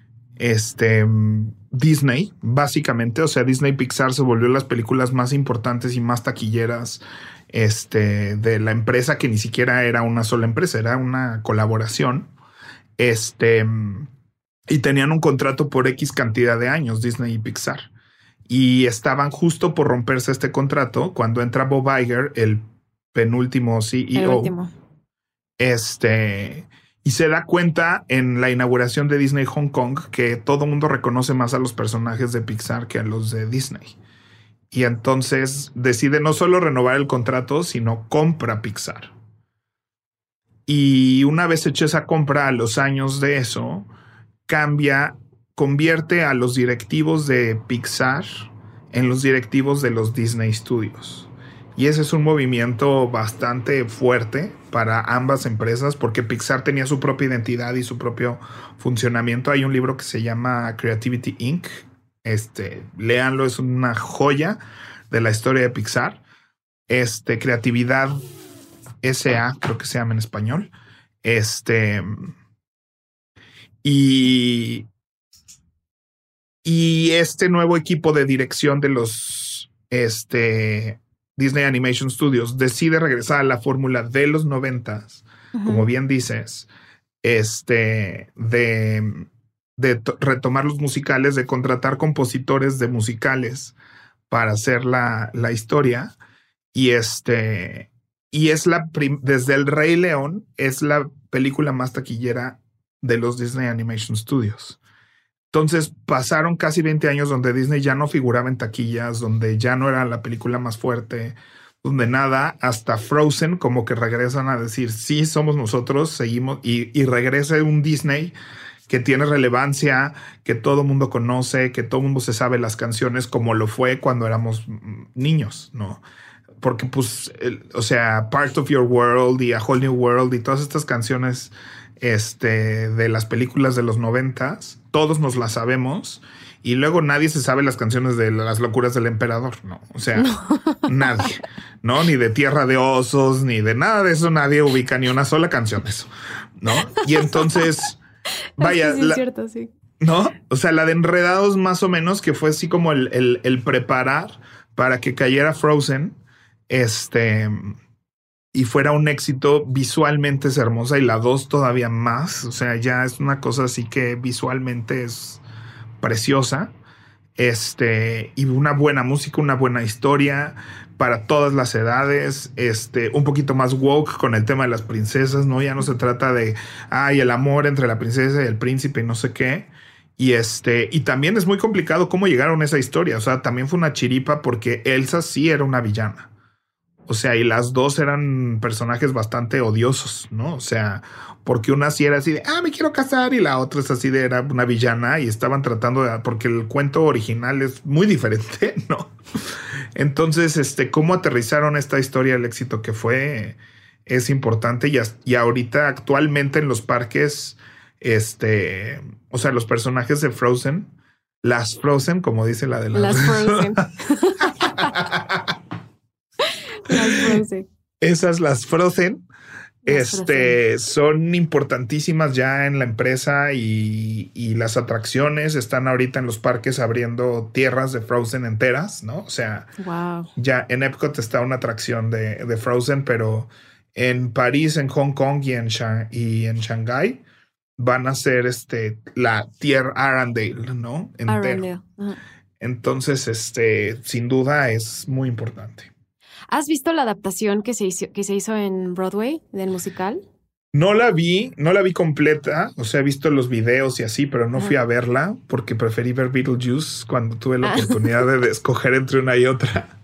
Este Disney, básicamente, o sea, Disney Pixar se volvió las películas más importantes y más taquilleras este, de la empresa, que ni siquiera era una sola empresa, era una colaboración. Este, y tenían un contrato por X cantidad de años, Disney y Pixar. Y estaban justo por romperse este contrato cuando entra Bob Iger, el penúltimo C E O. El último. Este... Y se da cuenta en la inauguración de Disney Hong Kong que todo el mundo reconoce más a los personajes de Pixar que a los de Disney. Y entonces decide no solo renovar el contrato, sino compra Pixar. Y una vez hecha esa compra, a los años de eso, cambia, convierte a los directivos de Pixar en los directivos de los Disney Studios. Y ese es un movimiento bastante fuerte para ambas empresas, porque Pixar tenía su propia identidad y su propio funcionamiento. Hay un libro que se llama Creativity incorporated. Este, léanlo, es una joya de la historia de Pixar. Este, creatividad S A, creo que se llama en español. Este... Y... Y este nuevo equipo de dirección de los este, Disney Animation Studios decide regresar a la fórmula de los noventas, uh-huh. como bien dices, este, de, de retomar los musicales, de contratar compositores de musicales para hacer la, la historia. Y este, y es la prim- desde El Rey León, es la película más taquillera de los Disney Animation Studios. Entonces pasaron casi veinte años donde Disney ya no figuraba en taquillas, donde ya no era la película más fuerte, donde nada, hasta Frozen como que regresan a decir, sí, somos nosotros, seguimos, y, y regresa un Disney que tiene relevancia, que todo mundo conoce, que todo mundo se sabe las canciones como lo fue cuando éramos niños, ¿no? Porque pues, el, o sea, Part of Your World y A Whole New World y todas estas canciones este, de las películas de los noventas, todos nos las sabemos y luego nadie se sabe las canciones de Las Locuras del Emperador, ¿no? O sea, no. nadie, ¿no? Ni de Tierra de Osos, ni de nada de eso, nadie ubica ni una sola canción de eso, ¿no? Y entonces, vaya... Es que sí, la, es cierto, sí. ¿no? O sea, la de Enredados más o menos, que fue así como el, el, el preparar para que cayera Frozen, este... y fuera un éxito. Visualmente es hermosa y la dos todavía más. O sea, ya es una cosa así que visualmente es preciosa. Este, y una buena música, una buena historia para todas las edades. Este, un poquito más woke con el tema de las princesas, ¿no? Ya no se trata de, ay, el amor entre la princesa y el príncipe y no sé qué. Y este, y también es muy complicado cómo llegaron a esa historia. O sea, también fue una chiripa porque Elsa sí era una villana. O sea, y las dos eran personajes bastante odiosos, ¿no? O sea, porque una sí era así de, ah, me quiero casar, y la otra es así de, era una villana y estaban tratando de, porque el cuento original es muy diferente, ¿no? Entonces, este, cómo aterrizaron esta historia, el éxito que fue, es importante. Y, y ahorita, actualmente en los parques, este, o sea, los personajes de Frozen, las Frozen, como dice la de la... Las Frozen. Las Frozen. Esas, las Frozen, las este, Frozen. son importantísimas ya en la empresa y, y las atracciones están ahorita en los parques abriendo tierras de Frozen enteras, ¿no? O sea, wow. Ya en Epcot está una atracción de, de Frozen, pero en París, en Hong Kong y en, Sha- y en Shanghái van a ser este, la tierra Arendelle, ¿no? Entero. Arendelle. Uh-huh. Entonces, este, sin duda es muy importante. ¿Has visto la adaptación que se hizo, que se hizo en Broadway del musical? No la vi, no la vi completa. O sea, he visto los videos y así, pero no fui a verla porque preferí ver Beetlejuice cuando tuve la oportunidad de, de escoger entre una y otra.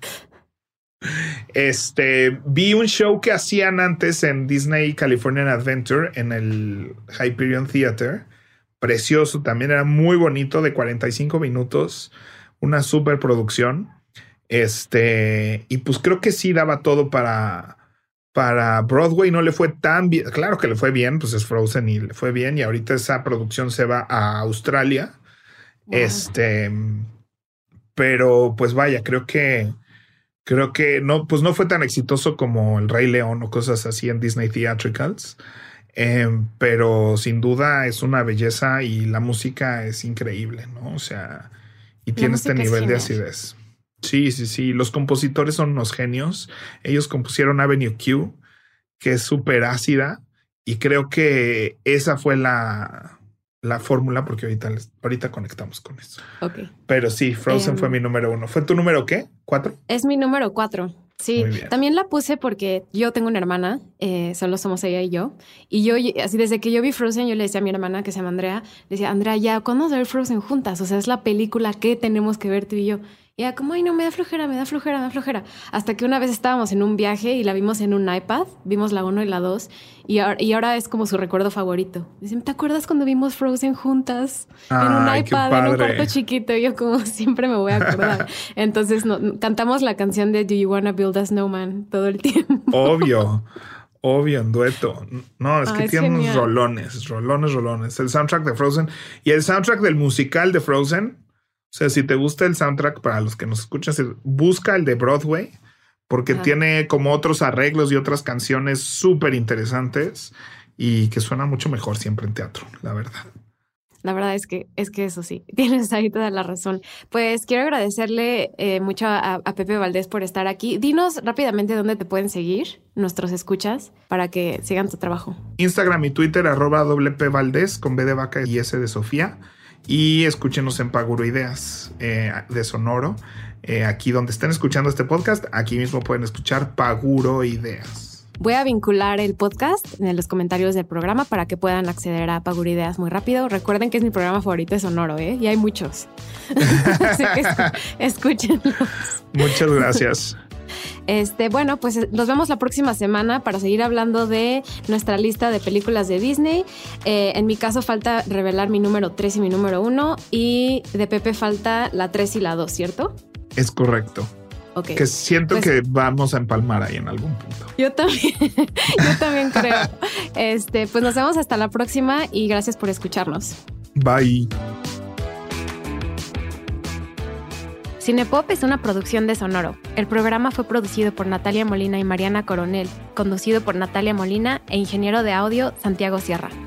Este, vi un show que hacían antes en Disney Californian Adventure en el Hyperion Theater. Precioso, también era muy bonito, de cuarenta y cinco minutos. Una super producción. Este, y pues creo que sí daba todo para, para Broadway. No le fue tan bien. Claro que le fue bien, pues es Frozen y le fue bien. Y ahorita esa producción se va a Australia. Wow. Este, pero pues vaya, creo que creo que no, pues no fue tan exitoso como El Rey León o cosas así en Disney Theatricals. Eh, pero sin duda es una belleza y la música es increíble, ¿no? O sea, y la tiene este nivel de acidez. Sí, sí, sí. Los compositores son unos genios. Ellos compusieron Avenue Q, que es súper ácida. Y creo que esa fue la, la fórmula, porque ahorita, les, ahorita conectamos con eso. Ok. Pero sí, Frozen um, fue mi número uno. ¿Fue tu número qué? ¿Cuatro? Es mi número cuatro. Sí, también la puse porque yo tengo una hermana, eh, solo somos ella y yo. Y yo, así desde que yo vi Frozen, yo le decía a mi hermana, que se llama Andrea, le decía, Andrea, ya, ¿cuándo vamos a ver Frozen juntas? O sea, es la película que tenemos que ver tú y yo. Y ella como, ay, no, me da flojera, me da flojera, me da flojera. Hasta que una vez estábamos en un viaje y la vimos en un iPad, vimos la uno y la dos, y ahora, y ahora es como su recuerdo favorito. Dicen, ¿te acuerdas cuando vimos Frozen juntas? Ay, en un iPad, en un cuarto chiquito. Y yo como siempre me voy a acordar. Entonces no, cantamos la canción de Do You Wanna Build a Snowman todo el tiempo. Obvio. Obvio, en dueto. No, es ah, que es tiene genial. unos rolones, rolones, rolones. El soundtrack de Frozen y el soundtrack del musical de Frozen. O sea, si te gusta el soundtrack, para los que nos escuchan, busca el de Broadway, porque Ajá. tiene como otros arreglos y otras canciones súper interesantes y que suena mucho mejor siempre en teatro, la verdad. La verdad es que es que eso sí, tienes ahí toda la razón. Pues quiero agradecerle eh, mucho a, a Pepe Valdés por estar aquí. Dinos rápidamente dónde te pueden seguir nuestros escuchas para que sigan tu trabajo. Instagram y Twitter, arroba wp Valdés con B de vaca y S de Sofía. Y escúchenos en Paguro Ideas eh, de Sonoro. Eh, aquí donde estén escuchando este podcast, aquí mismo pueden escuchar Paguro Ideas. Voy a vincular el podcast en los comentarios del programa para que puedan acceder a Paguro Ideas muy rápido. Recuerden que es mi programa favorito de Sonoro, ¿eh? Y hay muchos. Así que escúchenlos. Muchas gracias. Este, bueno, pues nos vemos la próxima semana para seguir hablando de nuestra lista de películas de Disney. Eh, en mi caso falta revelar mi número tres y mi número uno. Y de Pepe falta la tres y la dos, ¿cierto? Es correcto. Okay. Que siento pues, que vamos a empalmar ahí en algún punto. Yo también, yo también creo. Este, pues nos vemos hasta la próxima y gracias por escucharnos. Bye. Cinepop es una producción de Sonoro. El programa fue producido por Natalia Molina y Mariana Coronel, conducido por Natalia Molina e ingeniero de audio Santiago Sierra.